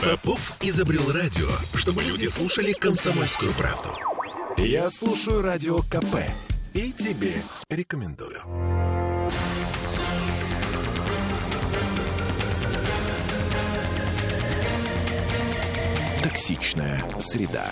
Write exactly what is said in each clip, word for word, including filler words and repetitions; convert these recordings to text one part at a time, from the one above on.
Попов изобрел радио, чтобы люди слушали «Комсомольскую правду». Я слушаю Радио КП и тебе рекомендую. Токсичная среда.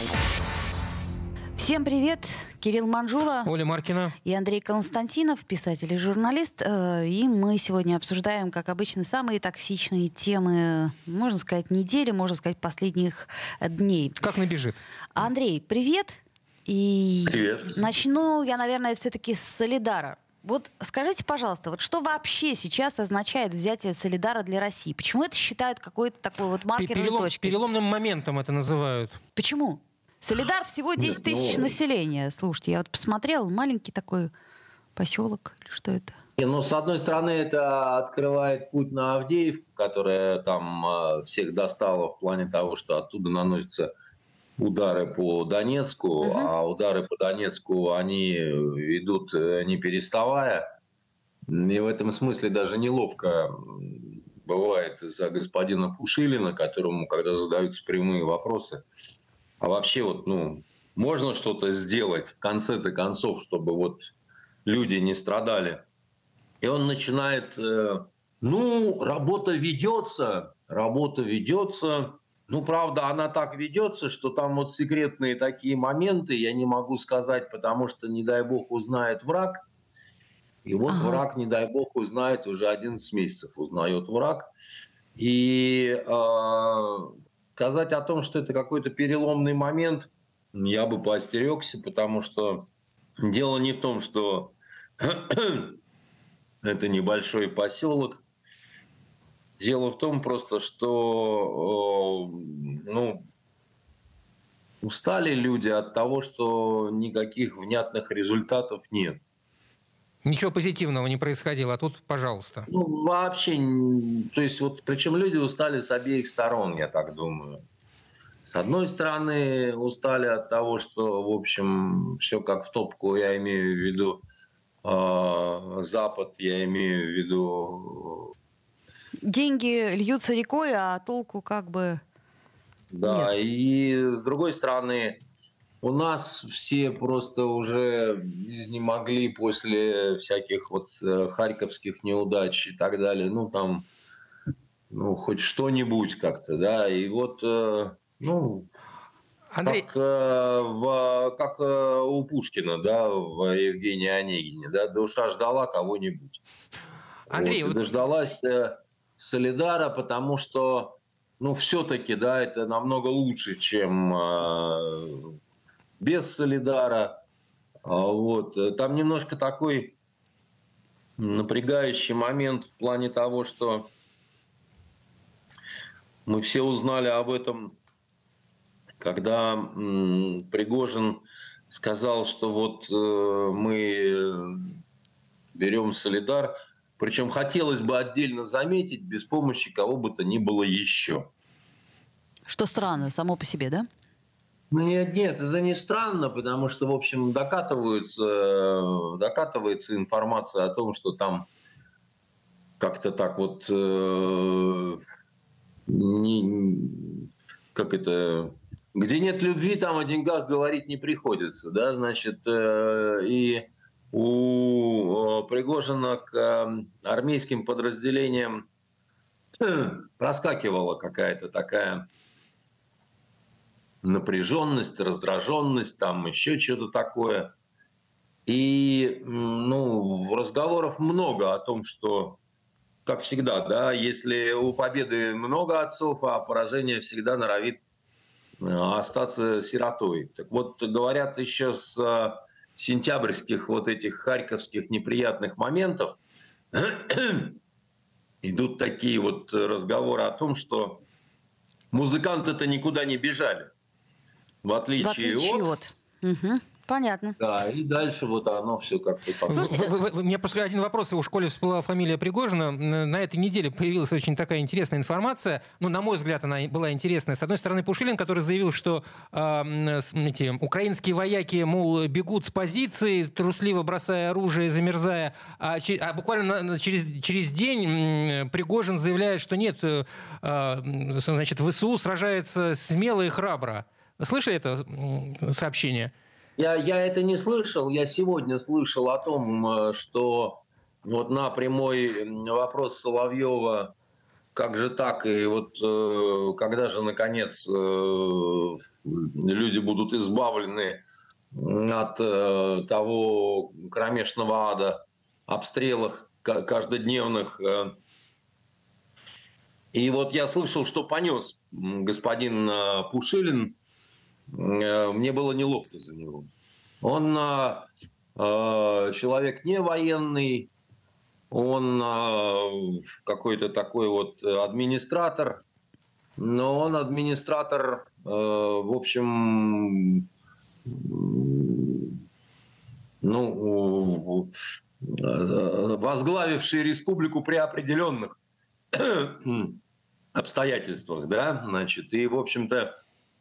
Всем привет! Кирилл Манжула, Оля Маркина и Андрей Константинов, писатель и журналист. И мы сегодня обсуждаем, как обычно, самые токсичные темы, можно сказать, недели, можно сказать, последних дней. Как набежит. Андрей, привет! И Привет. Начну я, наверное, все-таки с Солидара. Вот скажите, пожалуйста, вот что вообще сейчас означает взятие Солидара для России? Почему это считают какой-то такой вот маркерной Перелом, точкой? Переломным моментом это называют. Почему? Солидар всего десять тысяч ну... населения. Слушайте, я вот посмотрел, маленький такой поселок, или что это? Не, ну, с одной стороны, это открывает путь на Авдеевку, которая там э, всех достала в плане того, что оттуда наносятся удары по Донецку, Угу. а удары по Донецку, они идут не переставая. И в этом смысле даже неловко бывает из-за господина Пушилина, которому, когда задаются прямые вопросы, а вообще вот, ну, можно что-то сделать в конце-то концов, чтобы вот люди не страдали. И он начинает, э, ну, работа ведется, работа ведется. Ну, правда, она так ведется, что там вот секретные такие моменты, я не могу сказать, потому что, не дай бог, узнает враг. И вот Ага. враг, не дай бог, узнает, уже одиннадцать месяцев узнает враг. И э, сказать о том, что это какой-то переломный момент, я бы поостерегся, потому что дело не в том, что это небольшой поселок. Дело в том просто, что э, ну, устали люди от того, что никаких внятных результатов нет. Ничего позитивного не происходило, а тут, пожалуйста. Ну, вообще, то есть, вот, причем люди устали с обеих сторон, я так думаю. С одной стороны, устали от того, что, в общем, все как в топку, я имею в виду э, Запад, я имею в виду... Деньги льются рекой, а толку как бы Да, нет. и с другой стороны, у нас все просто уже изнемогли после всяких вот харьковских неудач и так далее. Ну, там, ну, хоть что-нибудь как-то, да. И вот, ну, Андрей... как, в, как у Пушкина, да, в Евгении Онегине, да, душа ждала кого-нибудь. Андрей, вот, вот... И дождалась Солидара, потому что, ну, все-таки, да, это намного лучше, чем э, без Солидара. Вот. Там немножко такой напрягающий момент в плане того, что мы все узнали об этом, когда м, Пригожин сказал, что вот э, мы берем Солидар. Причем хотелось бы отдельно заметить, без помощи кого бы то ни было еще. Что странно, само по себе, да? Нет, нет, это не странно, потому что, в общем, докатывается, докатывается информация о том, что там как-то так вот, э, не, как это, где нет любви, там о деньгах говорить не приходится, да, значит, э, и у Пригожина к армейским подразделениям проскакивала какая-то такая напряженность, раздраженность, там еще что-то такое. И, ну, разговоров много о том, что, как всегда, да, если у победы много отцов, а поражение всегда норовит остаться сиротой. Так вот, говорят еще с сентябрьских вот этих харьковских неприятных моментов идут такие вот разговоры о том, что музыканты-то никуда не бежали. В отличие, В отличие от, от... Угу. Понятно. Да, и дальше вот оно все как-то... Слушайте, вы, вы, вы, у меня просто один вопрос. У школе всплыла фамилия Пригожина. На этой неделе появилась очень такая интересная информация. Ну, на мой взгляд, она была интересная. С одной стороны, Пушилин, который заявил, что э, эти украинские вояки, мол, бегут с позиции, трусливо бросая оружие, замерзая. А, а буквально на, через, через день Пригожин заявляет, что нет, э, значит, ВСУ сражается смело и храбро. Слышали это сообщение? Я, я это не слышал. Я сегодня слышал о том, что вот на прямой вопрос Соловьева, как же так, и вот когда же, наконец, люди будут избавлены от того кромешного ада, обстрелах каждодневных. И вот я слышал, что понес господин Пушилин. Мне было неловко за него. Он э, человек не военный, он э, какой-то такой вот администратор, но он администратор, э, в общем, ну, возглавивший республику при определенных обстоятельствах, да, значит, и, в общем-то,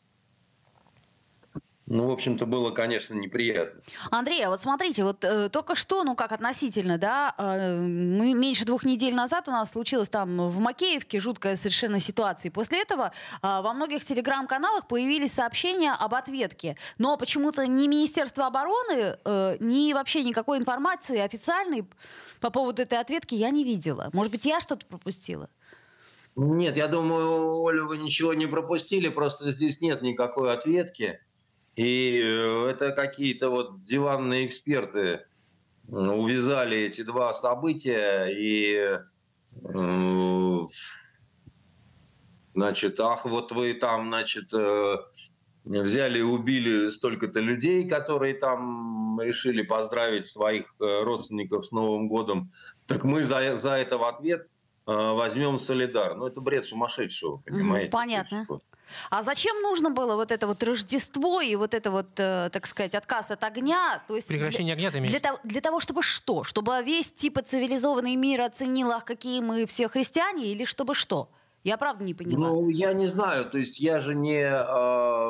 Ну, в общем-то, было, конечно, неприятно. Андрей, а вот смотрите, вот э, только что, ну как относительно, да, э, мы, меньше двух недель назад у нас случилось там в Макеевке жуткая совершенно ситуация. И после этого э, во многих телеграм-каналах появились сообщения об ответке. Но почему-то ни Министерство обороны, э, ни вообще никакой информации официальной по поводу этой ответки я не видела. Может быть, я что-то пропустила? Нет, я думаю, Оля, вы ничего не пропустили, просто здесь нет никакой ответки. И это какие-то вот диванные эксперты увязали эти два события и, значит, ах, вот вы там, значит, взяли и убили столько-то людей, которые там решили поздравить своих родственников с Новым годом, так мы за, за это в ответ возьмем солидар. Ну, это бред сумасшедшего, понимаете? Понятно. А зачем нужно было вот это вот Рождество и вот это вот, э, так сказать, отказ от огня? То есть прекращение для, огня, ты для, того, для того, чтобы что? Чтобы весь типа цивилизованный мир оценил, ах, какие мы все христиане, или чтобы что? Я правда не поняла. Ну, я не знаю. То есть я же не э,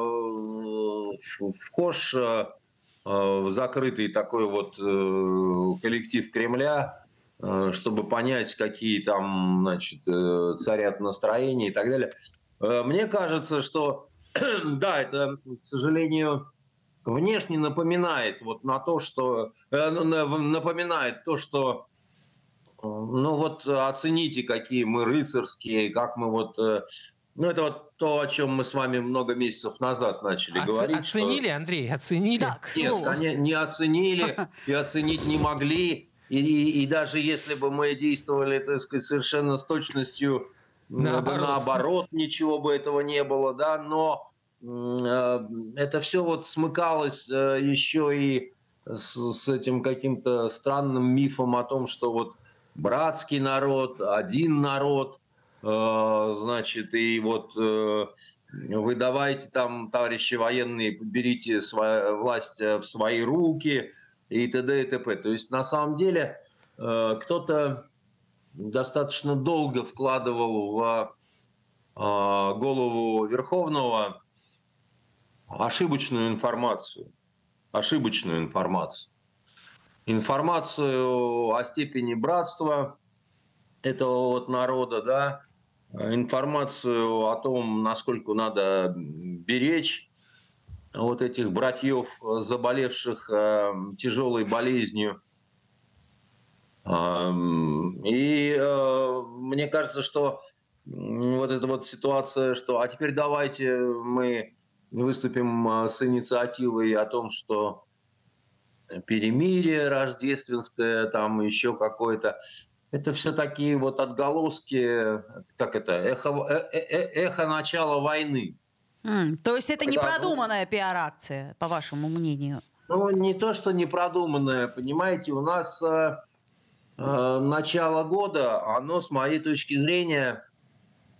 вхож э, в закрытый такой вот э, коллектив Кремля, э, чтобы понять, какие там, значит, э, царят настроения и так далее. Мне кажется, что, да, это, к сожалению, внешне напоминает вот на то, что напоминает то, что, ну вот оцените, какие мы рыцарские, как мы вот, ну это вот то, о чем мы с вами много месяцев назад начали Оц- говорить. Оценили, что... Андрей, оценили? Да, к слову. Нет, они не оценили и оценить не могли, и, и, и даже если бы мы действовали, так сказать, совершенно с точностью. Наоборот. Наоборот, ничего бы этого не было, да, но э, это все вот смыкалось э, еще и с, с этим каким-то странным мифом о том, что вот братский народ, один народ, э, значит, и вот э, вы давайте там, товарищи военные, берите свою власть в свои руки и т.д. и т.п. То есть на самом деле э, кто-то достаточно долго вкладывал в э, голову Верховного ошибочную информацию. Ошибочную информацию. Информацию о степени братства этого вот народа, да, информацию о том, насколько надо беречь вот этих братьев, заболевших э, тяжелой болезнью. И э, мне кажется, что вот эта вот ситуация, что а теперь давайте мы выступим с инициативой о том, что перемирие рождественское, там еще какое-то, это все такие вот отголоски, как это, эхо, э, э, эхо начала войны. Mm, то есть это Когда... непродуманная пиар-акция, по вашему мнению? Ну, не то, что непродуманная, понимаете, у нас... Э, начало года, оно, с моей точки зрения,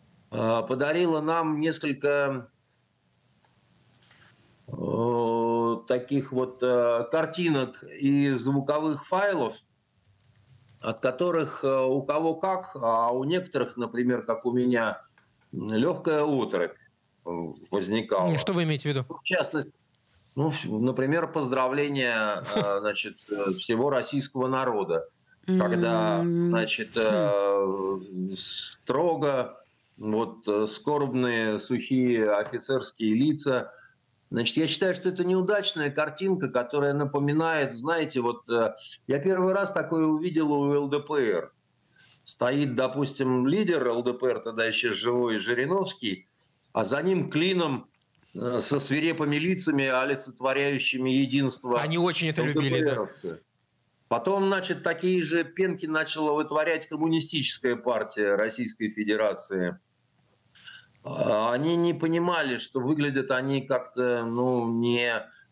подарило нам несколько э, таких вот э, картинок и звуковых файлов, от которых э, у кого как, а у некоторых, например, как у меня, легкая оторопь возникала. Что вы имеете в виду? В частности, ну, например, поздравления э, значит, всего российского народа, когда, значит, э, строго вот скорбные сухие офицерские лица. Значит, я считаю, что это неудачная картинка, которая напоминает, знаете, вот я первый раз такое увидел у эл дэ пэ эр. Стоит, допустим, лидер эл дэ пэ эр, тогда еще живой, Жириновский, а за ним клином со свирепыми лицами, олицетворяющими единство. Они очень это любили, да. Потом, значит, такие же пенки начала вытворять коммунистическая партия Российской Федерации. Они не понимали, что выглядят они как-то, ну, не,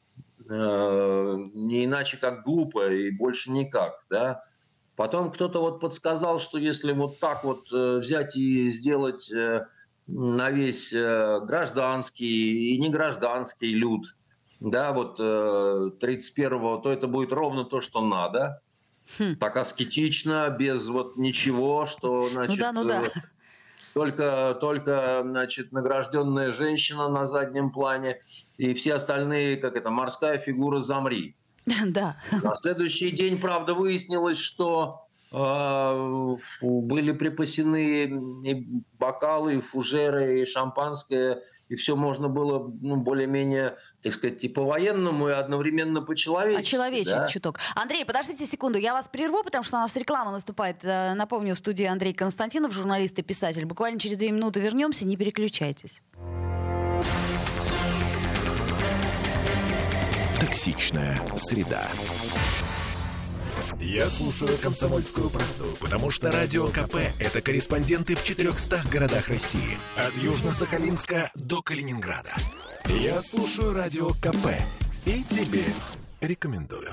не иначе как глупо и больше никак, да. Потом кто-то вот подсказал, что если вот так вот взять и сделать на весь гражданский и негражданский люд, да, вот тридцать первого, то это будет ровно то, что надо. Хм. Так аскетично, без вот ничего, что, значит, ну да, ну да. Только, только, значит, награжденная женщина на заднем плане и все остальные, как это, морская фигура «Замри». Да. На следующий день, правда, выяснилось, что э, были припасены и бокалы, и фужеры, и шампанское, и все можно было, ну, более-менее, так сказать, и по-военному, и одновременно по-человечески. А человечек да? чуток. Андрей, подождите секунду, я вас прерву, потому что у нас реклама наступает. Напомню, в студии Андрей Константинов, журналист и писатель. Буквально через две минуты вернемся, не переключайтесь. Токсичная среда. Я слушаю «Комсомольскую правду», потому что Радио КП – это корреспонденты в четырехстах городах России. От Южно-Сахалинска до Калининграда. Я слушаю Радио КП и тебе рекомендую.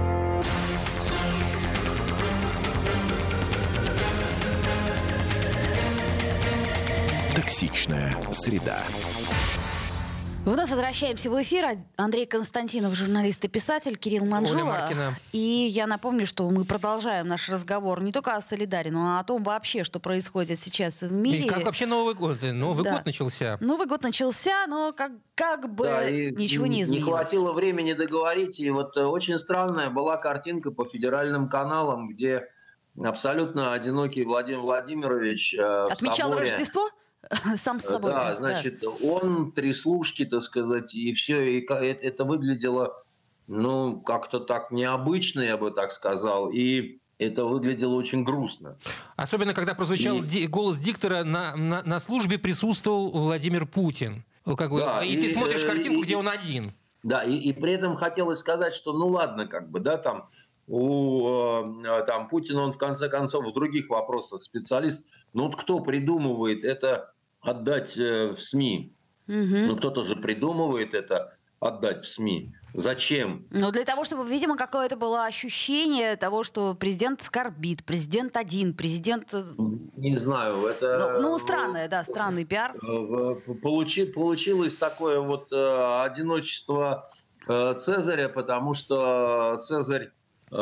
Токсичная среда. Вновь возвращаемся в эфир. Андрей Константинов, журналист и писатель, Кирилл Манжула. И я напомню, что мы продолжаем наш разговор не только о Солидаре, но и о том вообще, что происходит сейчас в мире. И как вообще Новый год? Новый да. год начался. Новый год начался, но как, как бы да, ничего не изменилось. Не хватило времени договорить. И вот очень странная была картинка по федеральным каналам, где абсолютно одинокий Владимир Владимирович отмечал в соборе... Рождество? Сам с собой. Да, значит, да. Он, три служки, так сказать, и все, и это выглядело, ну, как-то так необычно, я бы так сказал, и это выглядело очень грустно. Особенно, когда прозвучал и... ди- голос диктора, на, на, на службе присутствовал Владимир Путин. Как бы, да, и, и ты смотришь картинку, и, где он один. Да, и, и при этом хотелось сказать, что, ну, ладно, как бы, да, там... У там, Путина, он в конце концов в других вопросах специалист. Ну вот кто придумывает это отдать в СМИ? Угу. Ну кто-то же придумывает это отдать в СМИ. Зачем? Ну для того, чтобы, видимо, какое-то было ощущение того, что президент скорбит, президент один, президент... Не знаю, это... Ну, ну странное, да, странный пиар. Получи, получилось такое вот одиночество Цезаря, потому что Цезарь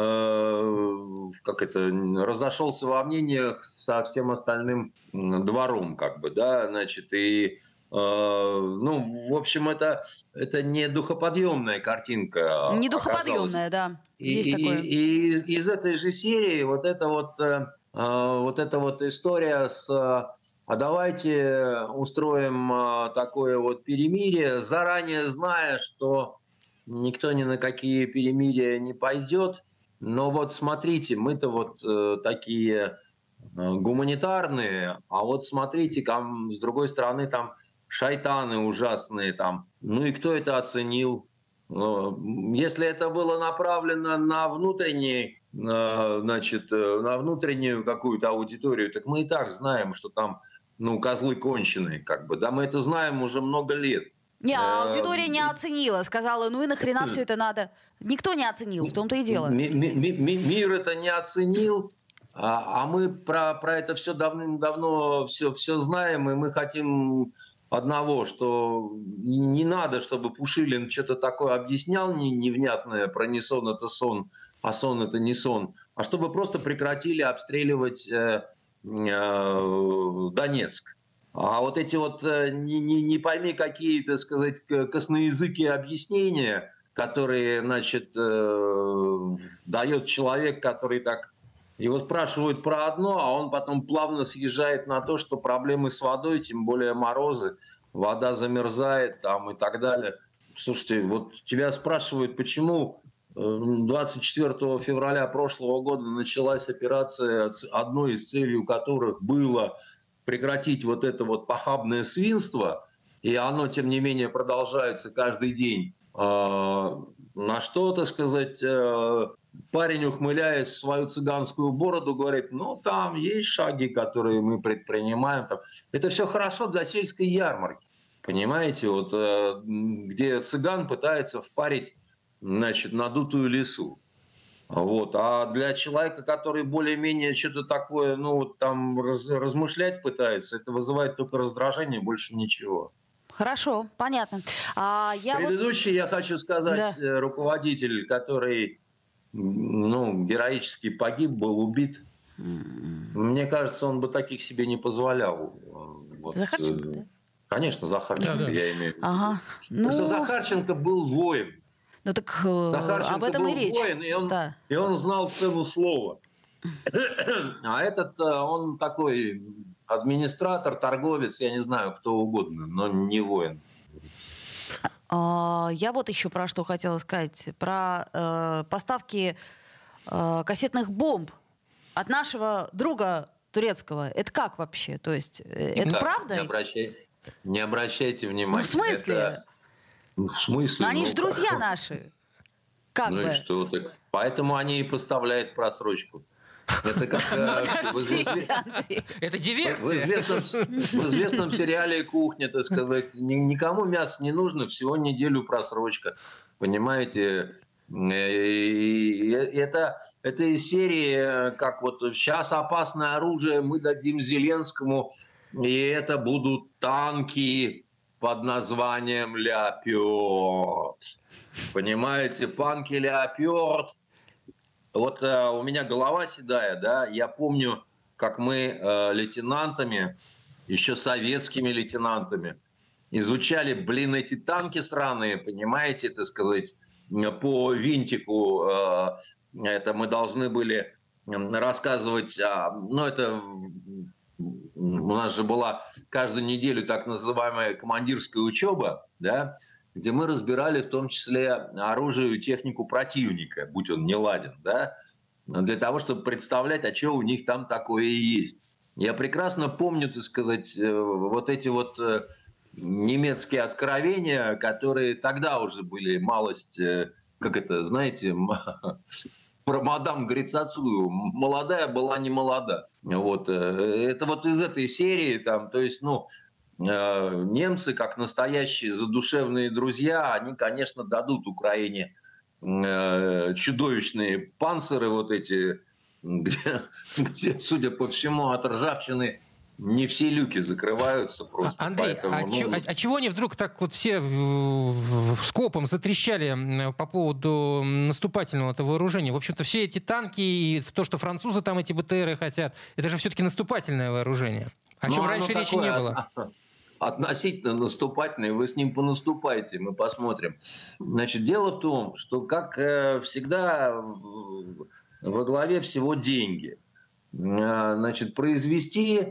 как это, разошелся во мнениях со всем остальным двором, как бы, да, значит, и, ну, в общем, это, это не духоподъемная картинка. Не духоподъемная, да, есть и, такое. И, и из этой же серии вот эта вот, вот эта вот история с, а давайте устроим такое вот перемирие, заранее зная, что никто ни на какие перемирия не пойдет. Но вот смотрите, мы-то вот э, такие э, гуманитарные, а вот смотрите, там, с другой стороны, там шайтаны ужасные, там. Ну и кто это оценил? Э, если это было направлено на внутренний, э, значит, э, на внутреннюю какую-то аудиторию, так мы и так знаем, что там, ну, козлы конченые, как бы, да, мы это знаем уже много лет. Не, аудитория не оценила, сказала, ну и нахрена все это надо. Никто не оценил, в том-то и дело. Ми- ми- ми- мир это не оценил, а, а мы про, про это все давным-давно все, все знаем, и мы хотим одного, что не надо, чтобы Пушилин что-то такое объяснял невнятное про не сон это сон, а сон это не сон, а чтобы просто прекратили обстреливать э, э, Донецк. А вот эти вот э, не, не, не пойми какие, так сказать, косноязыкие объяснения, которые, значит, э, дает человек, который так... Его спрашивают про одно, а он потом плавно съезжает на то, что проблемы с водой, тем более морозы, вода замерзает там и так далее. Слушайте, вот тебя спрашивают, почему двадцать четвёртого февраля прошлого года началась операция, одной из целей которых было прекратить вот это вот похабное свинство, и оно, тем не менее, продолжается каждый день. На что, так сказать... Парень, ухмыляясь в свою цыганскую бороду, говорит, ну, там есть шаги, которые мы предпринимаем. Там. Это все хорошо для сельской ярмарки, понимаете, вот, где цыган пытается впарить, значит, надутую лису. Вот. А для человека, который более-менее что-то такое, ну, вот там размышлять пытается, это вызывает только раздражение, больше ничего. Хорошо, понятно. А я Предыдущий, вот... я хочу сказать, да. Руководитель, который... ну, героически погиб, был убит. Mm-hmm. Мне кажется, он бы таких себе не позволял. Вот. Захарченко, да? Конечно, Захарченко, да, я имею в виду. Ага. Потому ну... что Захарченко был воин. Ну так Захарченко об этом был и речь. Воин, и, он, да. и он знал цену слова. А этот, он такой администратор, торговец, я не знаю, кто угодно, но не воин. Я вот еще про что хотела сказать. Про э, поставки э, кассетных бомб от нашего друга турецкого. Это как вообще? То есть, э, это так, правда? Не, обращай, не обращайте внимания. Ну, в смысле? Это, ну, в смысле? Но они ну, же друзья наши. Как ну бы? И что ты? Поэтому они и поставляют просрочку. Это как... Это диверсия. В известном сериале «Кухня», так сказать, никому мясо не нужно, всего неделю просрочка. Понимаете? Это, это из серии, как вот сейчас опасное оружие мы дадим Зеленскому, и это будут танки под названием «Леопард». Понимаете? Панки «Леопард». Вот э, у меня голова седая, да, я помню, как мы э, лейтенантами, еще советскими лейтенантами, изучали, блин, эти танки сраные, понимаете, так сказать, по винтику. Э, это мы должны были рассказывать, а, ну, это у нас же была каждую неделю так называемая командирская учеба, да, где мы разбирали в том числе оружие и технику противника, будь он не ладен, да, для того, чтобы представлять, а что у них там такое и есть. Я прекрасно помню, так сказать, вот эти вот немецкие откровения, которые тогда уже были малость, как это, знаете, про мадам Грицацую, молодая была не молода. Вот. Это вот из этой серии, там, то есть, ну, немцы, как настоящие задушевные друзья, они, конечно, дадут Украине чудовищные панциры вот эти, где, где, судя по всему, от ржавчины не все люки закрываются просто. Андрей, поэтому, а, ну... чё, а, а чего они вдруг так вот все в, в, скопом затрещали по поводу наступательного-то вооружения? В общем-то, все эти танки и то, что французы там эти БТРы хотят, это же все-таки наступательное вооружение. О чем ну, раньше речи не было. Относительно наступательный, вы с ним понаступайте, мы посмотрим. Значит, дело в том, что, как всегда, во главе всего деньги. Значит, произвести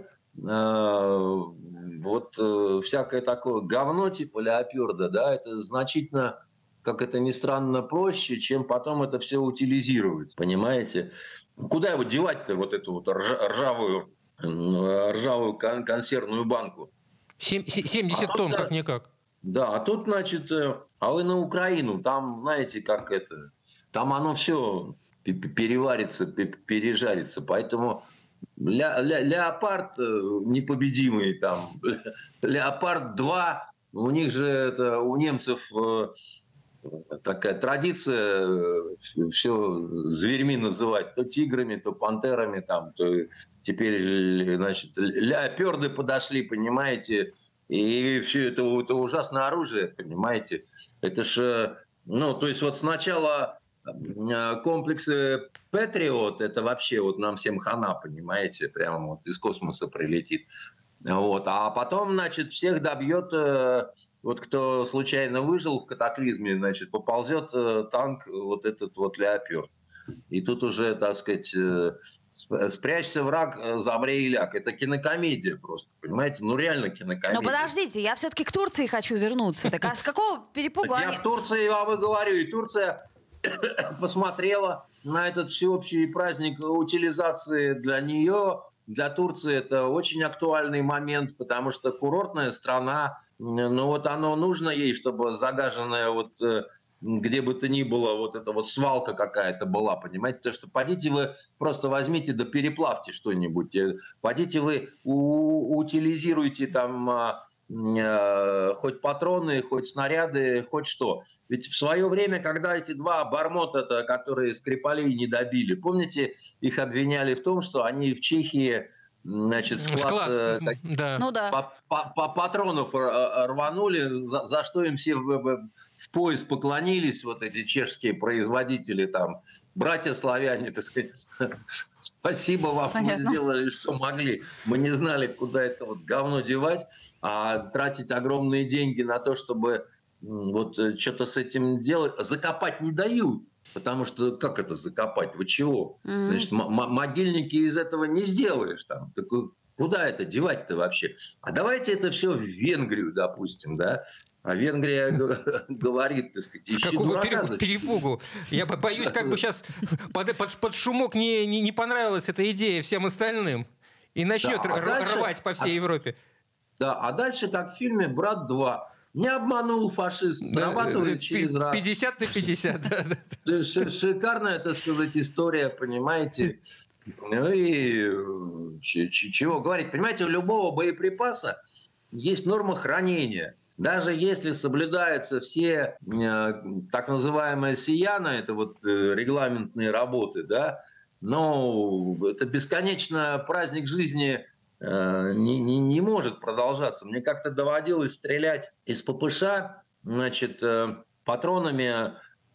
вот всякое такое говно типа Леопарда, да, это значительно, как это ни странно, проще, чем потом это все утилизировать, понимаете? Куда его девать-то, вот эту вот ржавую, ржавую консервную банку? семьдесят тонн, а, как-никак. Да, а тут, значит, а вы на Украину, там, знаете, как это, там оно все переварится, пережарится, поэтому ля, ля, Леопард непобедимый, там, Леопард два, у них же это, у немцев такая традиция все зверьми называть, то тиграми, то пантерами, там, то теперь, значит, леопарды подошли, понимаете, И все это, это ужасное оружие, понимаете? Это ж, ну, то есть вот сначала комплексы Патриот, это вообще вот нам всем хана, понимаете? Прямо вот из космоса прилетит. Вот. А потом, значит, всех добьет, вот кто случайно выжил в катаклизме, значит, поползет танк вот этот вот Леопард. И тут уже, так сказать, спрячься, враг, замри и ляг. Это кинокомедия просто, понимаете? Ну, реально кинокомедия. Но подождите, я все-таки к Турции хочу вернуться. Так а с какого перепугу они... Я в Турции вам и говорю. И Турция посмотрела на этот всеобщий праздник утилизации для нее. Для Турции это очень актуальный момент, потому что курортная страна, ну вот оно нужно ей, чтобы загаженная вот где бы то ни было вот эта вот свалка какая-то была, понимаете? То, что пойдите вы, просто возьмите да переплавьте что-нибудь. Пойдите вы у- утилизируйте там э, хоть патроны, хоть снаряды, хоть что. Ведь в свое время, когда эти два обормота, которые Скрипалей не добили, помните, их обвиняли в том, что они в Чехии, значит, склад, склад э, так, да. ну, да. по, по, по патронов рванули, за, за что им все в, в, в пояс поклонились, вот эти чешские производители, там, братья-славяне, так сказать, спасибо вам, Понятно. Мы сделали, что могли. Мы не знали, куда это вот говно девать, а тратить огромные деньги на то, чтобы вот что-то с этим делать. Закопать не дают. Потому что как это закопать? Вы чего? Mm-hmm. Значит, м- могильники из этого не сделаешь. Там. Так куда это девать-то вообще? А давайте это все в Венгрию, допустим, да? А Венгрия говорит, так сказать, ищи дурака. С какого перепугу? Я боюсь, как бы сейчас под, под, под шумок не, не, не понравилась эта идея всем остальным. И начнет да, а дальше, рвать по всей а, Европе. Да, а дальше, как в фильме «Брат два». Не обманул фашист, срабатывает да, через раз. пятьдесят на пятьдесят. Шикарная, так сказать, история, понимаете. Ну и чего говорить. Понимаете, у любого боеприпаса есть норма хранения. Даже если соблюдаются все так называемые сияна, это вот регламентные работы, да, но это бесконечно праздник жизни Не, не, не может продолжаться. Мне как-то доводилось стрелять из ППШ, значит, патронами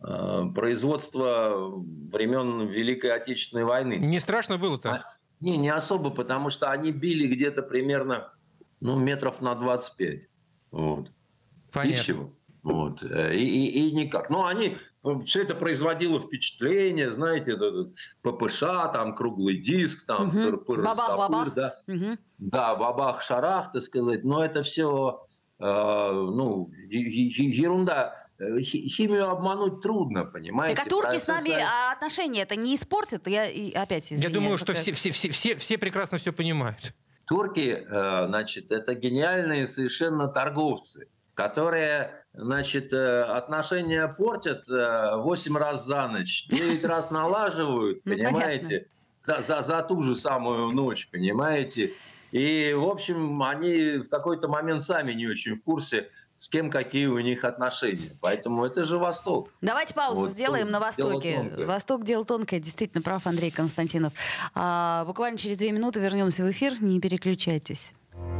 производства времен Великой Отечественной войны. Не страшно было-то? А, не, не особо, потому что они били где-то примерно ну, метров на двадцать пять. Вот. Понятно. И все. Вот. И, и, и никак. Но они... Все это производило впечатление, знаете, ППШ, там круглый диск, там угу. пыр, бабах, да, угу. да, бабах-шарах, так сказать, но это все, э, ну, ерунда. Химию обмануть трудно, понимаете? Так а турки Процесс... с нами отношения это не испортят? Я опять извиняюсь. Я думаю, что все, все, все, все, все прекрасно все понимают. Турки, э, значит, это гениальные совершенно торговцы, которые... Значит, отношения портят восемь раз за ночь, девять раз налаживают, понимаете, за, за, за ту же самую ночь, понимаете. И, в общем, они в какой-то момент сами не очень в курсе, с кем какие у них отношения. Поэтому это же Восток. Давайте паузу вот, сделаем на Востоке. Дело Восток – дело тонкое. Действительно, прав Андрей Константинов. А, буквально через две минуты вернемся в эфир. Не переключайтесь.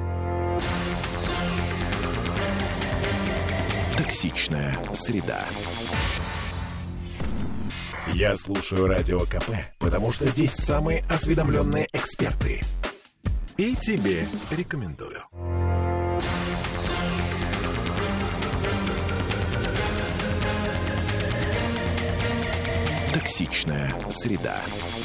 Токсичная среда. Я слушаю Радио КП, потому что здесь самые осведомленные эксперты. И тебе рекомендую. Токсичная среда.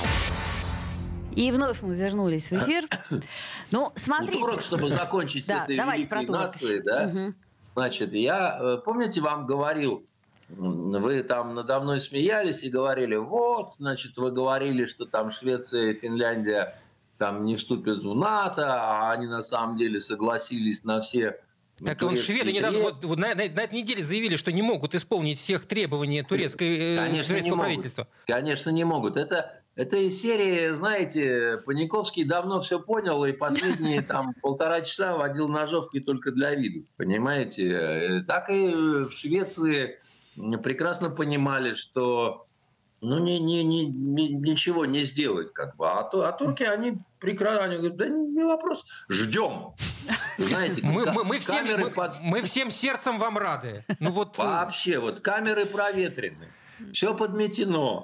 И вновь мы вернулись в эфир. Ну, смотрите. Ну, чтобы закончить с этой великой нацией, да? Угу. Значит, я, помните, вам говорил, вы там надо мной смеялись и говорили, вот, значит, вы говорили, что там Швеция и Финляндия там не вступят в НАТО, а они на самом деле согласились на все... Так он шведы недавно вот, вот на, на, на этой неделе заявили, что не могут исполнить всех требований турецкой, Конечно, турецкого правительства. Конечно, не могут. Это, это из серии, знаете, Паниковский давно все понял и последние там полтора часа водил ножовки только для виду. Понимаете? Так и в Швеции прекрасно понимали, что ну, не, не, не, не, ничего не сделать, как бы. А, то, а турки, они прекрасно, они говорят, да не вопрос, ждем. Знаете, мы, мы, мы, всем, мы, под... мы всем сердцем вам рады. Ну, вот... Вообще, вот камеры проветрены, все подметено.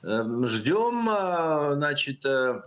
Ждем, значит,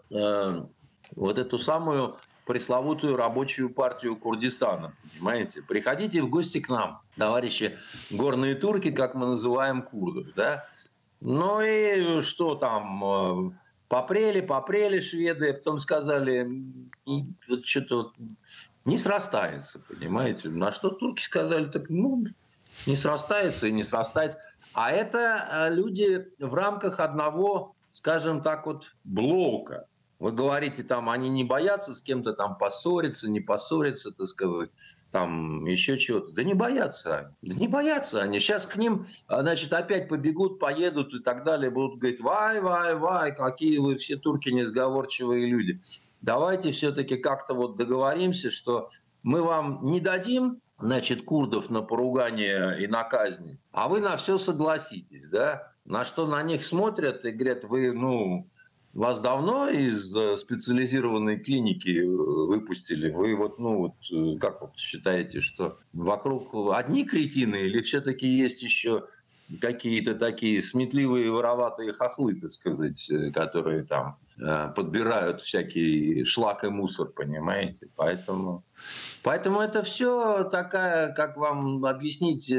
вот эту самую пресловутую рабочую партию Курдистана, понимаете? Приходите в гости к нам, товарищи горные турки, как мы называем курдов, да? Ну и что там, попрели, попрели шведы, потом сказали, вот что-то не срастается, понимаете? На что турки сказали, так ну, не срастается и не срастается. А это люди в рамках одного, скажем так, вот блока. Вы говорите, там, они не боятся с кем-то там поссориться, не поссориться, так сказать, там еще чего-то. Да не боятся они. Да не боятся они. Сейчас к ним, значит, опять побегут, поедут и так далее. Будут говорить, вай, вай, вай, какие вы все турки несговорчивые люди. Давайте все-таки как-то вот договоримся, что мы вам не дадим, значит, курдов на поругание и на казни, а вы на все согласитесь, да? На что на них смотрят и говорят, вы, ну... Вас давно из специализированной клиники выпустили? Вы вот, ну, вот, как вы считаете, что вокруг одни кретины или все-таки есть еще какие-то такие сметливые вороватые хохлы, так сказать, которые там подбирают всякий шлак и мусор, понимаете? Поэтому, поэтому это все такая, как вам объяснить,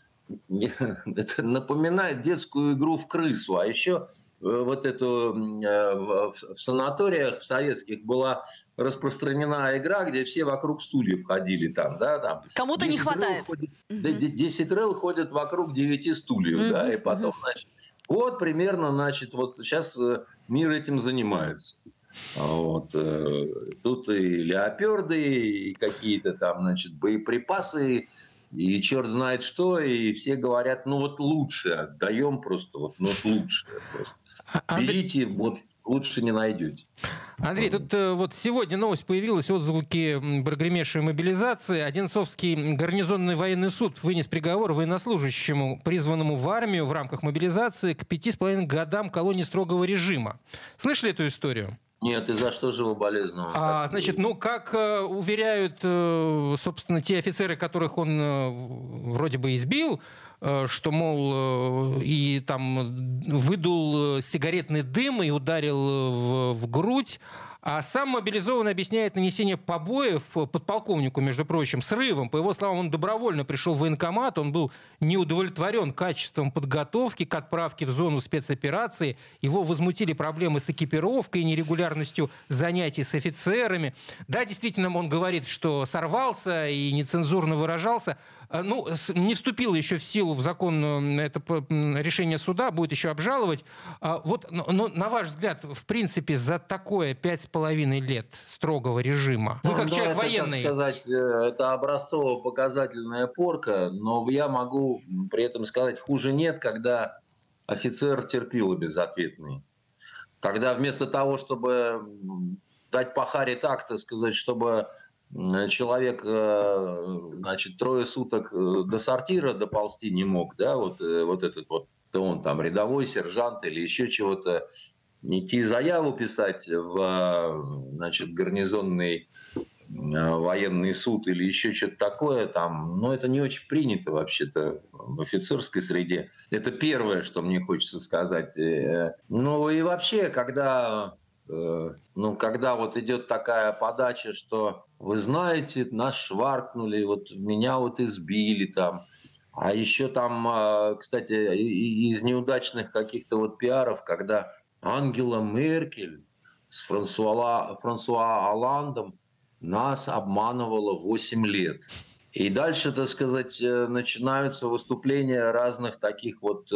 это напоминает детскую игру в крысу, а еще... Вот эту в санаториях в советских была распространена игра, где все вокруг стульев ходили там, да, там. Кому-то не хватает. Ходит, uh-huh. десять рыл ходят вокруг девяти стульев, uh-huh. да, и потом, uh-huh. значит, вот примерно, значит, вот сейчас мир этим занимается. Вот. Тут и леоперды, и какие-то там, значит, боеприпасы, и черт знает что, и все говорят, ну вот лучше отдаем просто, вот, ну вот лучше просто. Берите, вот лучше не найдете. Андрей, тут вот сегодня новость появилась, отзвуки прогремевшей мобилизации. Одинцовский гарнизонный военный суд вынес приговор военнослужащему, призванному в армию в рамках мобилизации, к пяти с половиной годам колонии строгого режима. Слышали эту историю? Нет, и за что же вы болезненно? А, значит, ну, как э, уверяют, э, собственно, те офицеры, которых он э, вроде бы избил, э, что, мол, э, и там выдул сигаретный дым и ударил в, в грудь, а сам мобилизованный объясняет нанесение побоев подполковнику, между прочим, срывом. По его словам, он добровольно пришел в военкомат, он был не удовлетворен качеством подготовки к отправке в зону спецоперации. Его возмутили проблемы с экипировкой, нерегулярностью занятий с офицерами. Да, действительно, он говорит, что сорвался и нецензурно выражался. Ну, не вступило еще в силу в закон это решение суда, будет еще обжаловать. Вот, но, на ваш взгляд, в принципе, за такое пять с половиной лет строгого режима, вы как ну, человек это, военный... Так сказать, это образцово-показательная порка, но я могу при этом сказать, хуже нет, когда офицер терпило безответный. Когда вместо того, чтобы дать по харе так, так сказать, чтобы... человек, значит, трое суток до сортира доползти не мог, да, вот, вот этот вот, он там рядовой, сержант или еще чего-то, идти заяву писать в, значит, гарнизонный военный суд или еще что-то такое там, но это не очень принято вообще-то в офицерской среде. Это первое, что мне хочется сказать. Ну и вообще, когда... Ну, когда вот идет такая подача, что вы знаете, нас шваркнули, вот меня вот избили там, а еще там, кстати, из неудачных каких-то вот пиаров, когда Ангела Меркель с Франсуа, Франсуа Олландом нас обманывала восемь лет. И дальше, так сказать, начинаются выступления разных таких вот,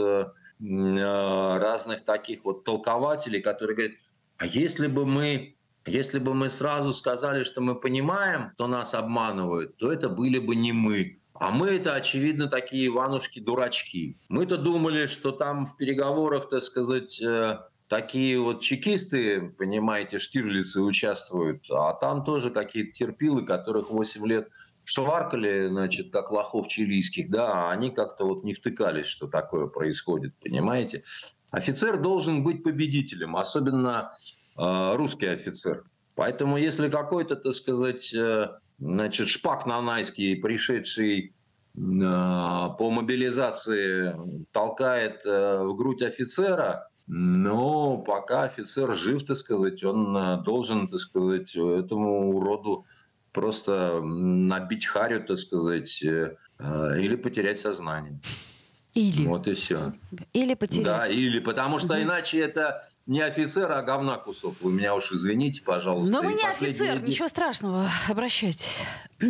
разных таких вот толкователей, которые говорят, а если бы мы, если бы мы сразу сказали, что мы понимаем, что нас обманывают, то это были бы не мы. А мы это, очевидно, такие Иванушки-дурачки. Мы-то думали, что там в переговорах, так сказать, такие вот чекисты, понимаете, штирлицы участвуют, а там тоже какие-то терпилы, которых восемь лет шваркали, значит, как лохов чилийских, да, а они как-то вот не втыкались, что такое происходит, понимаете. Офицер должен быть победителем, особенно э, русский офицер. Поэтому если какой-то, так сказать, э, значит, шпак нанайский, пришедший э, по мобилизации, толкает э, в грудь офицера, но пока офицер жив, так сказать, он э, должен, так сказать, этому уроду просто набить харю, так сказать, э, э, или потерять сознание. Или. Вот и все. Или потерять. Да, или, потому что угу. иначе это не офицер, а говна кусок. Вы меня уж извините, пожалуйста. Но мы не последние... офицер, ничего страшного, обращайтесь.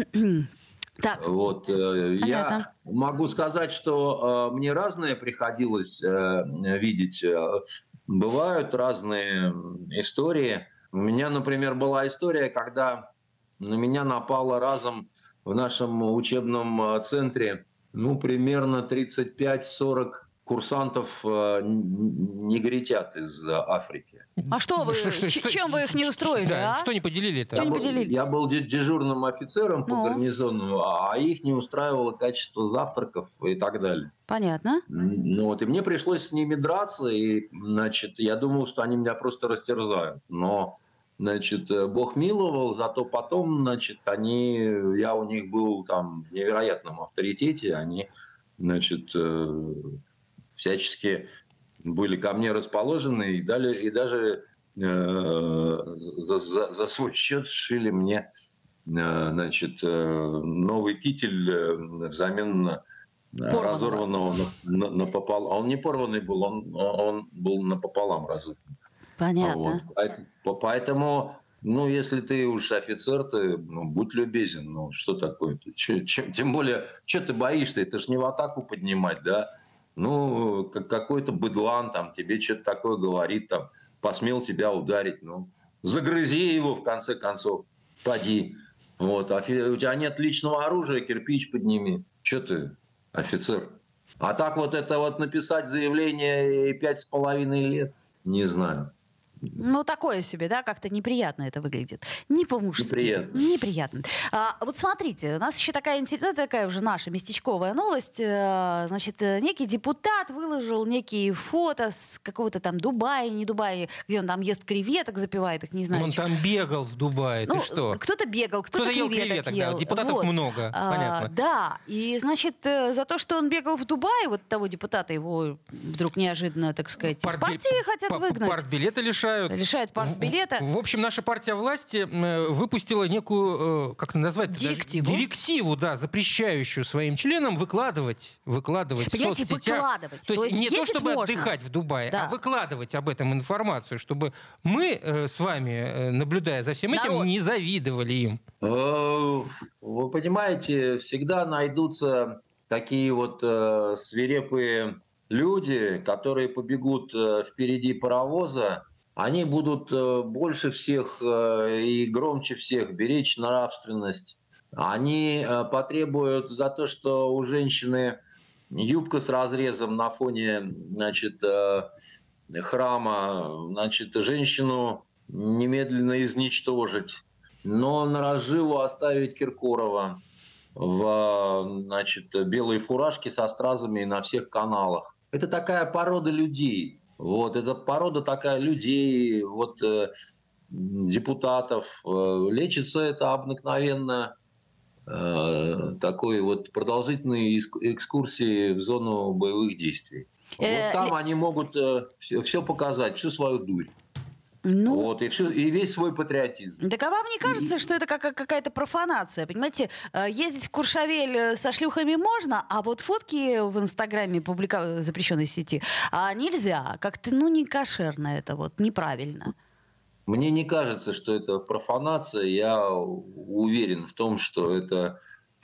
Так. Вот, э, я могу сказать, что э, мне разное приходилось э, видеть. Бывают разные истории. У меня, например, была история, когда на меня напало разом в нашем учебном центре ну, примерно тридцать пять сорок курсантов э, негритят из Африки. А что вы, что, что, чем что, вы их не устроили, да, а? Что не поделили-то? Что Я, не был, поделили? я был дежурным офицером по ну. гарнизону, а их не устраивало качество завтраков и так далее. Понятно. Ну, вот, и мне пришлось с ними драться, и, значит, я думал, что они меня просто растерзают. Но... Значит, Бог миловал, зато потом, значит, они, я у них был там в невероятном авторитете, они, значит, всячески были ко мне расположены и, дали, и даже э, за, за, за свой счет сшили мне, э, значит, новый китель взамен на порванного. разорванного напополам. Он не порванный был, он, он был напополам разорван. Понятно. Вот. Поэтому, ну, если ты уж офицер, ты ну, будь любезен. Ну, что такое-то? Че, че, тем более, что ты боишься? Это ж не в атаку поднимать, да? Ну, какой-то быдлан там тебе что-то такое говорит, там, посмел тебя ударить. Ну, загрызи его, в конце концов, поди. Вот. А у тебя нет личного оружия, кирпич подними. Че ты, офицер? А так вот это вот написать заявление и пять с половиной лет, не знаю. Ну, такое себе, да, как-то неприятно это выглядит. Не по-мужски. Неприятно. Неприятно. А, вот смотрите, у нас еще такая интересная, такая уже наша местечковая новость. Значит, некий депутат выложил некие фото с какого-то там Дубая, не Дубая, где он там ест креветок, запивает их, не знаю. Он что. там бегал в Дубае, ну, ты что? Кто-то бегал, кто-то, кто-то креветок, ел креветок, ел. да, депутатов вот. много, а, понятно. Да, и, значит, за то, что он бегал в Дубае, вот того депутата его вдруг неожиданно, так сказать, из партии хотят выгнать. Партбилеты лишают. Лишают партбилета. В, в общем, наша партия власти выпустила некую, как это назвать? Директиву. Даже, директиву, да, запрещающую своим членам выкладывать, выкладывать Понимаете, в соцсетях. выкладывать. То есть, то есть не то, чтобы можно. отдыхать в Дубае, да. а выкладывать об этом информацию, чтобы мы э, с вами, наблюдая за всем этим, народ. Не завидовали им. Вы понимаете, всегда найдутся такие вот э, свирепые люди, которые побегут э, впереди паровоза. Они будут больше всех и громче всех беречь нравственность. Они потребуют за то, что у женщины юбка с разрезом на фоне, значит, храма, значит, женщину немедленно изничтожить, но на разживу оставить Киркорова в, значит, белой фуражке со стразами на всех каналах. Это такая порода людей. Вот, эта порода такая людей, вот, э, депутатов. Э, лечится это обыкновенно э, такой вот продолжительной экскурсии в зону боевых действий. Вот там они могут э, все, все показать, всю свою дурь. Ну, вот, и, всю, и весь свой патриотизм. Так а вам не кажется, и... что это как, какая-то профанация? Понимаете, ездить в Куршавель со шлюхами можно, а вот фотки в Инстаграме публика... запрещенной сети а нельзя. Как-то, ну, не кошерно это, вот, неправильно. Мне не кажется, что это профанация. Я уверен в том, что это,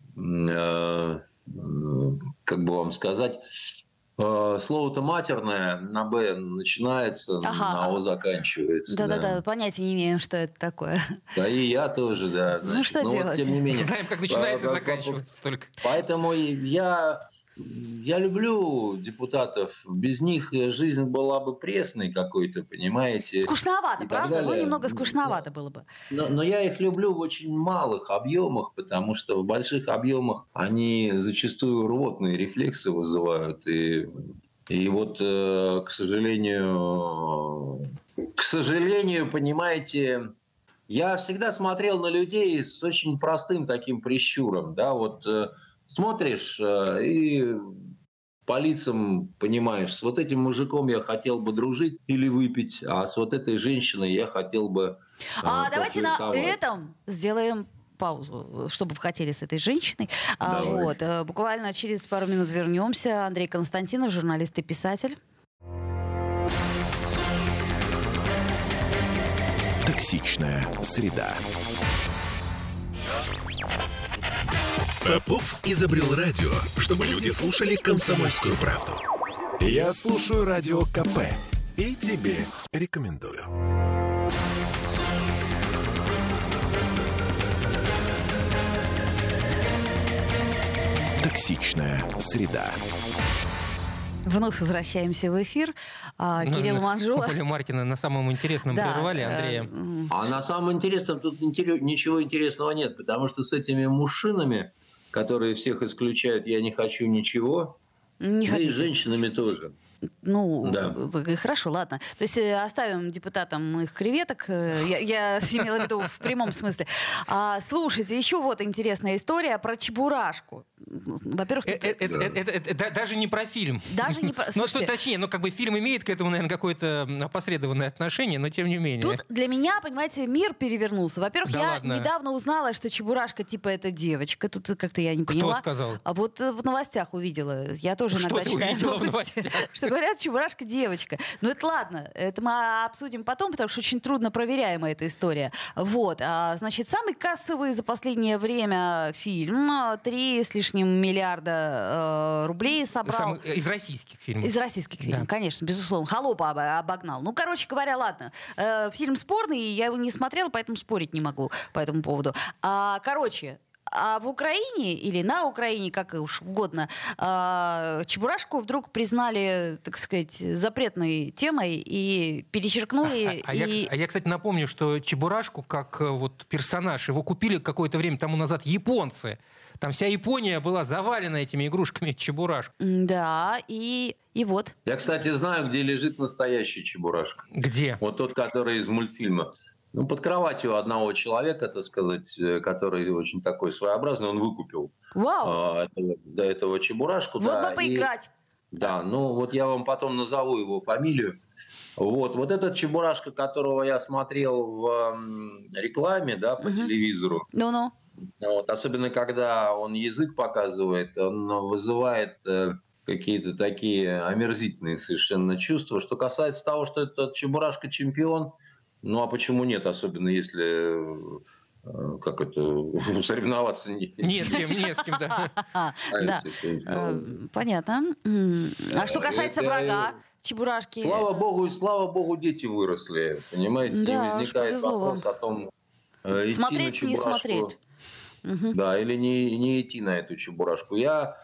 э, как бы вам сказать... Слово-то матерное, на «Б» начинается, ага. на «О» заканчивается. Да-да-да, понятия не имеем, что это такое. Да и я тоже, да. Значит, ну что ну, делать? Вот, тем не менее. Знаем, как начинается и заканчивается только. Поэтому я, я люблю депутатов. Без них жизнь была бы пресной какой-то, понимаете. Скучновато, правда? Ну, немного скучновато но, было бы. Но, но я их люблю в очень малых объемах, потому что в больших объемах они зачастую рвотные рефлексы вызывают и И вот, к сожалению, к сожалению, понимаете, я всегда смотрел на людей с очень простым таким прищуром. Да, вот смотришь и по лицам понимаешь, с вот этим мужиком я хотел бы дружить или выпить, а с вот этой женщиной я хотел бы А давайте на этом сделаем паузу, чтобы вы хотели с этой женщиной. А, вот, буквально через пару минут вернемся. Андрей Константинов, журналист и писатель. Токсичная среда. Попов изобрел радио, чтобы люди слушали «Комсомольскую правду». Я слушаю радио КП и тебе рекомендую. Токсичная среда. Вновь возвращаемся в эфир. А, Кирилл Манжула. Оля Маркина на самом интересном да, прервали Андрея. А на самом интересном тут ничего интересного нет, потому что с этими мужчинами, которые всех исключают, я не хочу ничего, не да и с женщинами тоже. Ну, да. Хорошо, ладно. То есть оставим депутатам их креветок. Я, я имела в виду в прямом смысле. А, слушайте, еще вот интересная история про Чебурашку. Во-первых, это, тут... это, это, это, это даже не про фильм. Даже не про... Ну, что, точнее, ну, как бы фильм имеет к этому, наверное, какое-то опосредованное отношение, но тем не менее. Тут для меня, понимаете, мир перевернулся. Во-первых, да я ладно. недавно узнала, что Чебурашка, типа, это девочка. Тут как-то я не поняла. Кто сказал? А вот в новостях увидела. Я тоже что иногда читаю новости. Что говорят, Чебурашка девочка. Ну, это ладно. Это мы обсудим потом, потому что очень трудно проверяемая эта история. Вот. А, значит, самый кассовый за последнее время фильм. Три с лишним миллиарда э, рублей собрал. Сам, из российских фильмов. Из российских фильмов, да. Конечно, безусловно. «Холопа» обогнал. Ну, короче говоря, ладно. Э, фильм спорный, я его не смотрела, поэтому спорить не могу по этому поводу. А, короче... А в Украине, или на Украине, как уж угодно, Чебурашку вдруг признали, так сказать, запретной темой и перечеркнули. А, а, и... Я, а я, кстати, напомню, что Чебурашку, как вот персонаж, его купили какое-то время тому назад японцы. Там вся Япония была завалена этими игрушками Чебурашку. Да, и, и вот. Я, кстати, знаю, где лежит настоящий Чебурашка. Где? Вот тот, который из мультфильма. Ну, под кроватью одного человека, так сказать, который очень такой своеобразный, он выкупил Вау. а, этого, до этого Чебурашку. Вот да, бы поиграть. И, да, ну вот я вам потом назову его фамилию. Вот, вот этот Чебурашка, которого я смотрел в рекламе, да, по угу. телевизору. Ну-ну. Вот, особенно когда он язык показывает, он вызывает э, какие-то такие омерзительные совершенно чувства. Что касается того, что этот Чебурашка чемпион, ну а почему нет, особенно если, как это, соревноваться не... Не с кем, не с кем, да. Да, понятно. А что касается врага Чебурашки? Слава богу, слава богу, дети выросли, понимаете? Не возникает вопрос о том, идти на Чебурашку. Не смотреть. Да, или не, не идти на эту Чебурашку. Я,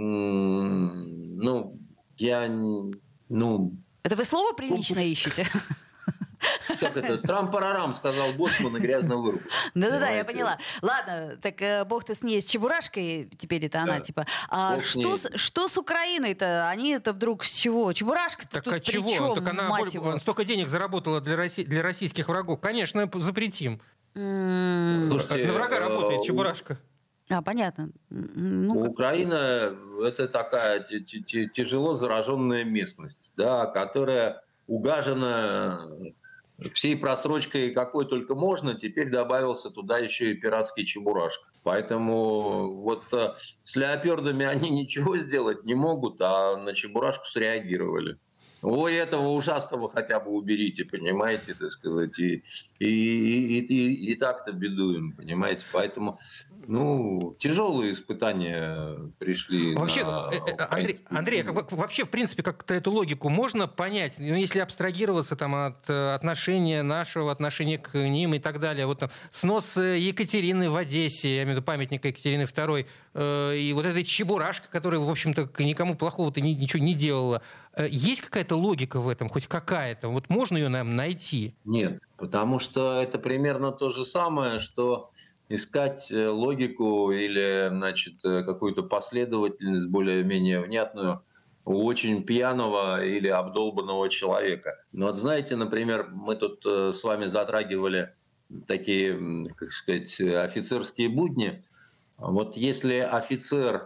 ну, я, ну... Это вы слово прилично ищете? Как это? Трам-парарам, сказал Боцман, и грязно вырубил. Да-да-да, я поняла. Ладно, так э, бог-то с ней, с Чебурашкой, теперь это она, да. типа. А что с, что с Украиной-то? Они-то вдруг с чего? Чебурашка-то так тут а при чего? чем, Так она мать его? столько денег заработала для, Росси... для российских врагов. Конечно, запретим. Mm. Слушайте, на врага работает Чебурашка. А, понятно. Ну, Украина – это такая тяжело зараженная местность, да, которая угажена всей просрочкой, какой только можно. Теперь добавился туда еще и пиратский Чебурашка. Поэтому вот с леопердами они ничего сделать не могут, а на Чебурашку среагировали. Ой, этого ужасного хотя бы уберите, понимаете, так сказать, и, и, и, и, и так-то бедуем, понимаете, поэтому, ну, тяжелые испытания пришли. Вообще, на... Андрей, Андрей как, вообще, в принципе, как-то эту логику можно понять, ну, если абстрагироваться там от отношения нашего, отношения к ним и так далее, вот там снос Екатерины в Одессе, я имею в виду памятника Екатерины второй, э, и вот эта Чебурашка, которая, в общем-то, никому плохого-то ничего не делала, есть какая-то логика в этом, хоть какая-то? Вот можно ее нам найти? Нет, потому что это примерно то же самое, что искать логику или, значит, какую-то последовательность более-менее внятную у очень пьяного или обдолбанного человека. Но вот знаете, например, мы тут с вами затрагивали такие, как сказать, офицерские будни. Вот если офицер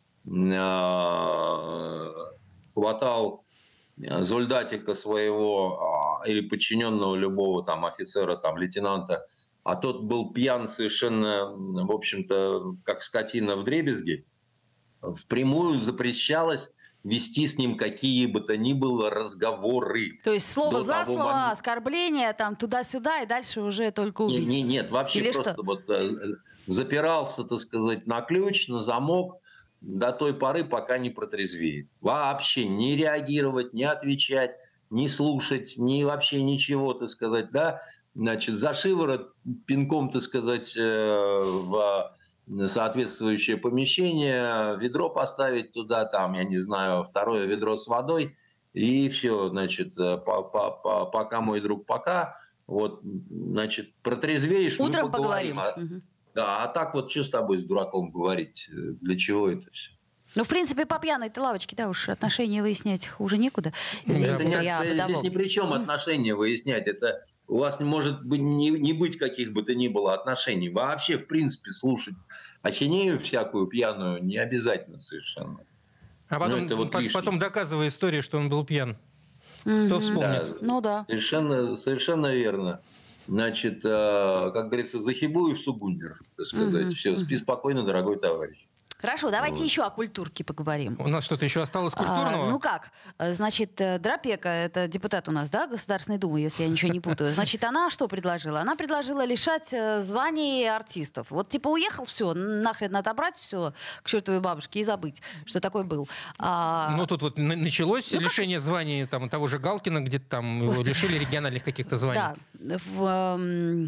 хватал зольдатика своего или подчиненного любого там офицера, там лейтенанта, а тот был пьян совершенно, в общем-то, как скотина вдребезги, впрямую запрещалось вести с ним какие бы то ни было разговоры. То есть слово До за того слово, момента. оскорбление, там туда-сюда, и дальше уже только убить. Не, не, нет, вообще Или просто что? вот э, запирался, так сказать, на ключ, на замок до той поры, пока не протрезвеет. Вообще не реагировать, не отвечать, не слушать, ни вообще ничего, так сказать, да. Значит, за шиворот пинком, так сказать, э, в соответствующее помещение, ведро поставить туда, там, я не знаю, второе ведро с водой, и все, значит, пока, мой друг, пока, вот, значит, протрезвеешь, Утром мы поговорим. поговорим. А, угу. да, а так вот что с тобой, с дураком, говорить? Для чего это все? Ну, в принципе, по пьяной-то лавочке, да, уж отношения выяснять хуже некуда. Извините, Это это не, я здесь потому. ни при чем отношения выяснять. Это у вас может быть не, не быть каких бы то ни было отношений. Вообще, в принципе, слушать ахинею всякую пьяную не обязательно совершенно. А потом, Ну, это вот по- лишнее. потом доказывая историю, что он был пьян. Мгм. Кто вспомнит? Да, Ну да. совершенно, совершенно верно. Значит, э, как говорится, захибую в сугундер, так сказать. Мгм, Все, спи мгм. спокойно, дорогой товарищ. Хорошо, давайте Вот. еще о культурке поговорим. У нас что-то еще осталось культурного? А, ну как? Значит, э, Дропека, это депутат у нас, да, Государственной Думы, если я ничего не путаю. Значит, она что предложила? Она предложила лишать э, званий артистов. Вот типа уехал, все, нахрен отобрать все к чертовой бабушке и забыть, что такой был. А, Ну, тут вот на- началось Ну, как- лишение званий там, того же Галкина, где-то там его Господи. лишили региональных каких-то званий. да. В, эм,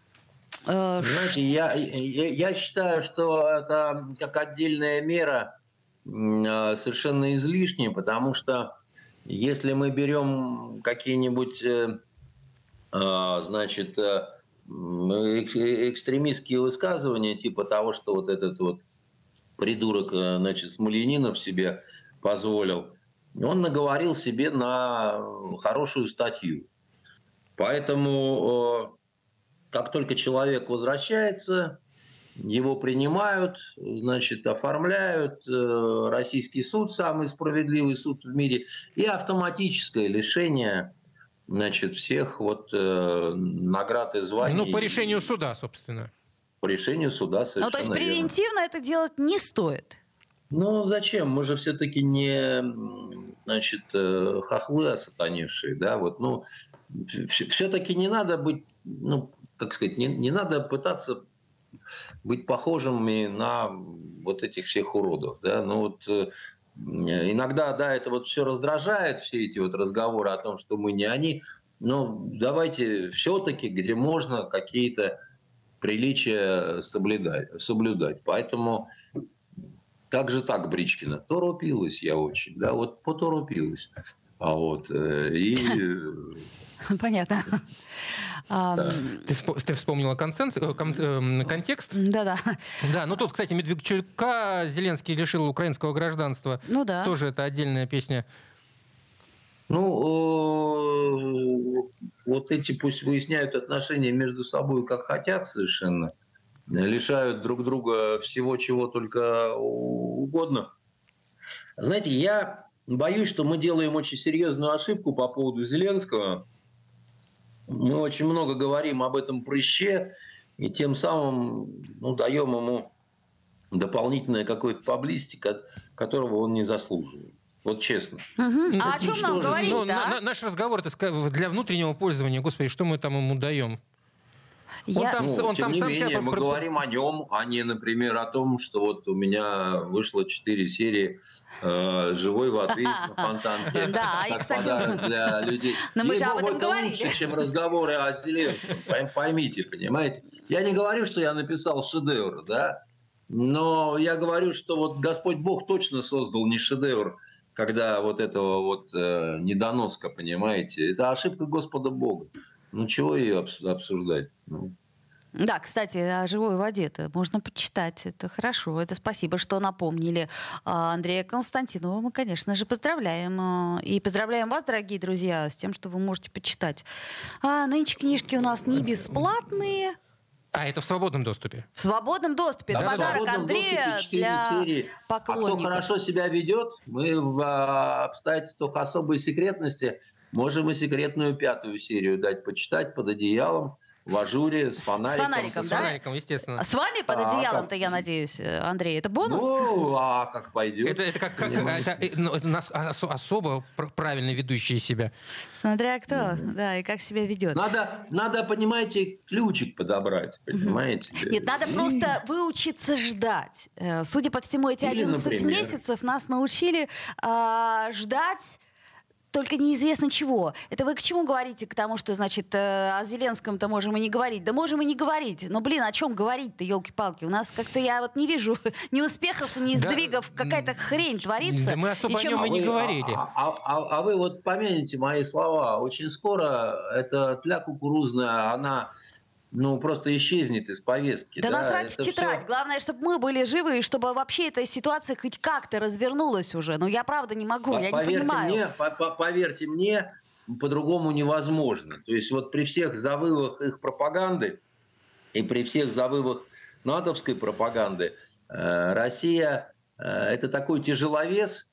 э, Знаете, я, я, я считаю, что это как отдельная мера м, э, совершенно излишняя, потому что если мы берем какие-нибудь, э, э, значит, э, м, эк- э, экстремистские высказывания, типа того, что вот этот вот придурок, э, значит, Смольянинов себе позволил, он наговорил себе на хорошую статью. Поэтому... э, Как только человек возвращается, его принимают, значит, оформляют, э, российский суд, самый справедливый суд в мире, и автоматическое лишение, значит, всех вот э, наград и званий. Ну, по решению суда, собственно. По решению суда совершенно ну, то есть верно. превентивно это делать не стоит. Ну, зачем? Мы же все-таки не, м, значит, э, хохлы осатаневшие, да, вот, ну, все-таки не надо быть, ну, как сказать, не, не надо пытаться быть похожими на вот этих всех уродов, да, ну, вот э, иногда, да, это вот все раздражает, все эти вот разговоры о том, что мы не они, но давайте все-таки, где можно, какие-то приличия соблюдать, соблюдать. Поэтому... Как же так, Бричкина? Торопилась я очень, да, вот поторопилась. А вот, э, и... э, Понятно. А, Да. Ты, вспо- ты вспомнила концент- э, кон- э, контекст? Да-да. Да, ну тут, кстати, Медведчука Зеленский лишил украинского гражданства. Ну да. Тоже это отдельная песня. Ну, э, вот эти пусть выясняют отношения между собой как хотят совершенно, лишают друг друга всего, чего только угодно. Знаете, я боюсь, что мы делаем очень серьезную ошибку по поводу Зеленского. Мы очень много говорим об этом прыще, и тем самым, ну, даем ему дополнительное какое-то паблистик, от которого он не заслуживает. Вот честно. Мгм. А о ну, чем что нам же, говорить, Ну, да? на- на- наш разговор это ска- для внутреннего пользования. Господи, что мы там ему даем? Он Я- там, Ну, он тем там не сам менее, себя... мы про- говорим о нем, а не, например, о том, что вот у меня вышло четыре серии э, живой воды на фонтанке. Да, и, как кстати, подарок для людей. но мы же Ей-богу, об этом это говорили. лучше, чем разговоры о Зеленском. Пойм- Поймите, понимаете? Я не говорю, что я написал шедевр, да, но я говорю, что вот Господь Бог точно создал не шедевр, когда вот этого вот э, недоноска, понимаете? Это ошибка Господа Бога. Ну, чего ее обс- обсуждать? Ну, Да, кстати, о живой воде-то можно почитать. Это хорошо. Это спасибо, что напомнили. Андрея Константинова мы, конечно же, поздравляем. И поздравляем вас, дорогие друзья, с тем, что вы можете почитать. А нынче книжки у нас не бесплатные. А, это в свободном доступе? В свободном доступе. Да, Это подарок Андрея для серии. поклонников. А кто хорошо себя ведет, мы в обстоятельствах особой секретности можем и секретную пятую серию дать почитать под одеялом, в ажуре, с фонариком. С фонариком, С да? фонариком, естественно. А с вами под А, одеялом-то, как? я надеюсь, Андрей, это бонус? Ну, а как пойдет. Это, это как, как это, ну, это нас ос- особо пр- правильно ведущие себя. Смотря кто, да, и как себя ведет. Надо, надо, понимаете, ключик подобрать, понимаете? Нет, надо просто выучиться ждать. Э, Судя по всему, эти Или, одиннадцать например. месяцев нас научили а, ждать только неизвестно чего. Это вы к чему говорите? К тому, что, значит, э, о Зеленском-то можем и не говорить. Да можем и не говорить. Но, блин, о чем говорить-то, елки-палки? У нас как-то я вот не вижу ни успехов, ни Да, сдвигов. Какая-то хрень творится. да мы особо И чем- о нем и не вы- говорили. А, а- а- а вы вот помяните мои слова. Очень скоро эта тля кукурузная, она ну, просто исчезнет из повестки. Да, да? насрать в Это тетрадь. всё- Главное, чтобы мы были живы, и чтобы вообще эта ситуация хоть как-то развернулась уже. Но я правда не могу, я не Поверьте понимаю. мне, по- по- поверьте мне, по-другому невозможно. То есть вот при всех завывах их пропаганды и при всех завывах натовской пропаганды э, Россия э, это такой тяжеловес,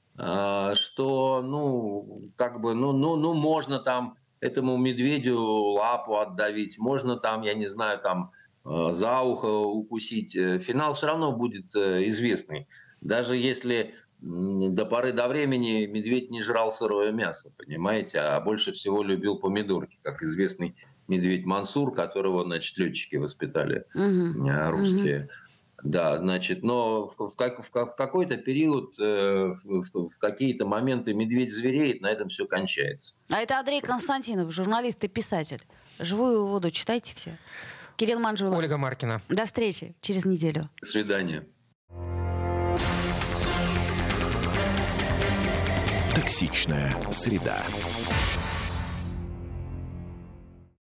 э, что ну как бы ну ну ну можно там этому медведю лапу отдавить, можно там я не знаю там э, за ухо укусить. Э, Финал все равно будет э, известный, даже если до поры до времени медведь не жрал сырое мясо, понимаете, а больше всего любил помидорки, как известный медведь Мансур, которого, значит, летчики воспитали, Мгм. э, русские. Да, значит, но в, в как- в ка- в какой-то период, э, в, в- в какие-то моменты медведь звереет, на этом все кончается. А это Андрей Константинов, журналист и писатель. «Живую воду» читайте все. Кирилл Манжулов. Ольга Маркина. До встречи через неделю. До свидания. Токсичная среда.